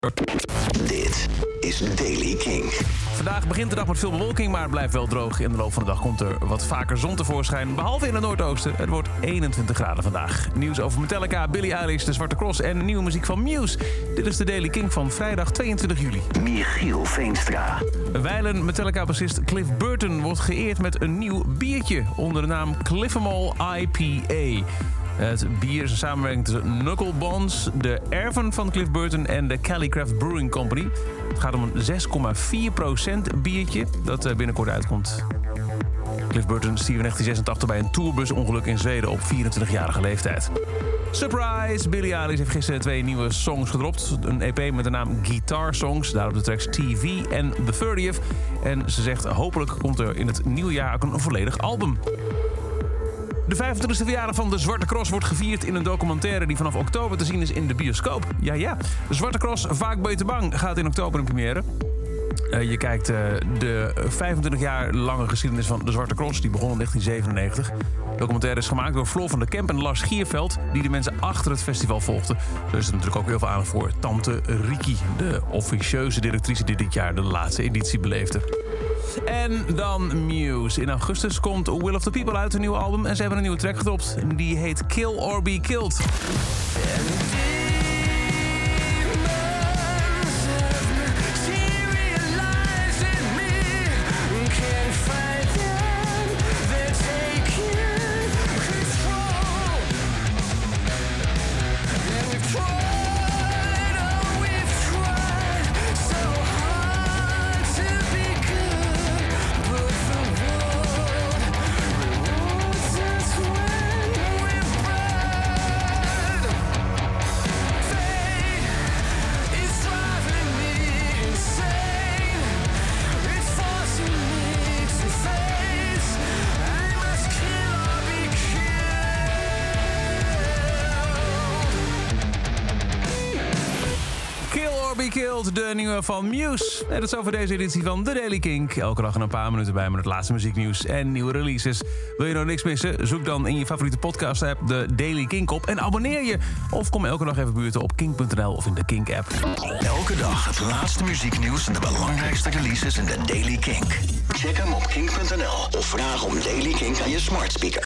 Dit is Daily King. Vandaag begint de dag met veel bewolking, maar het blijft wel droog. In de loop van de dag komt er wat vaker zon tevoorschijn, behalve in het noordoosten. Het wordt 21 graden vandaag. Nieuws over Metallica, Billie Eilish, de Zwarte Cross en nieuwe muziek van Muse. Dit is de Daily King van vrijdag 22 juli. Michiel Veenstra. Wijlen Metallica-bassist Cliff Burton wordt geëerd met een nieuw biertje onder de naam Cliff'Em IPA. Het bier is een samenwerking tussen Knuckle Bones, de erven van Cliff Burton en de Cali Craft Brewing Company. Het gaat om een 6,4% biertje dat binnenkort uitkomt. Cliff Burton stierf in 1986 bij een tourbusongeluk in Zweden op 24-jarige leeftijd. Surprise! Billie Eilish heeft gisteren 2 nieuwe songs gedropt. Een EP met de naam Guitar Songs, daarop de tracks TV en The 30th. En ze zegt hopelijk komt er in het nieuwe jaar ook een volledig album. De 25e verjaardag van de Zwarte Cross wordt gevierd in een documentaire die vanaf oktober te zien is in de bioscoop. Ja. De Zwarte Cross, Vaak ben je te bang, gaat in oktober in première. Je kijkt de 25 jaar lange geschiedenis van de Zwarte Cross. Die begon in 1997. De documentaire is gemaakt door Floor van der Kemp en Lars Gierveld, die de mensen achter het festival volgden. Er is natuurlijk ook heel veel aandacht voor Tante Riki, de officieuze directrice die dit jaar de laatste editie beleefde. En dan Muse. In augustus komt Will of the People uit, een nieuw album. En ze hebben een nieuwe track gedropt. Die heet Kill or Be Killed. Be Killed, de nieuwe van Muse. En dat is over deze editie van The Daily King. Elke dag een paar minuten bij met het laatste muzieknieuws en nieuwe releases. Wil je nou niks missen? Zoek dan in je favoriete podcast-app de Daily King op en abonneer je. Of kom elke dag even buurten op King.nl of in de King-app. Elke dag het laatste muzieknieuws en de belangrijkste releases in de Daily King. Check hem op King.nl of vraag om Daily King aan je smart speaker.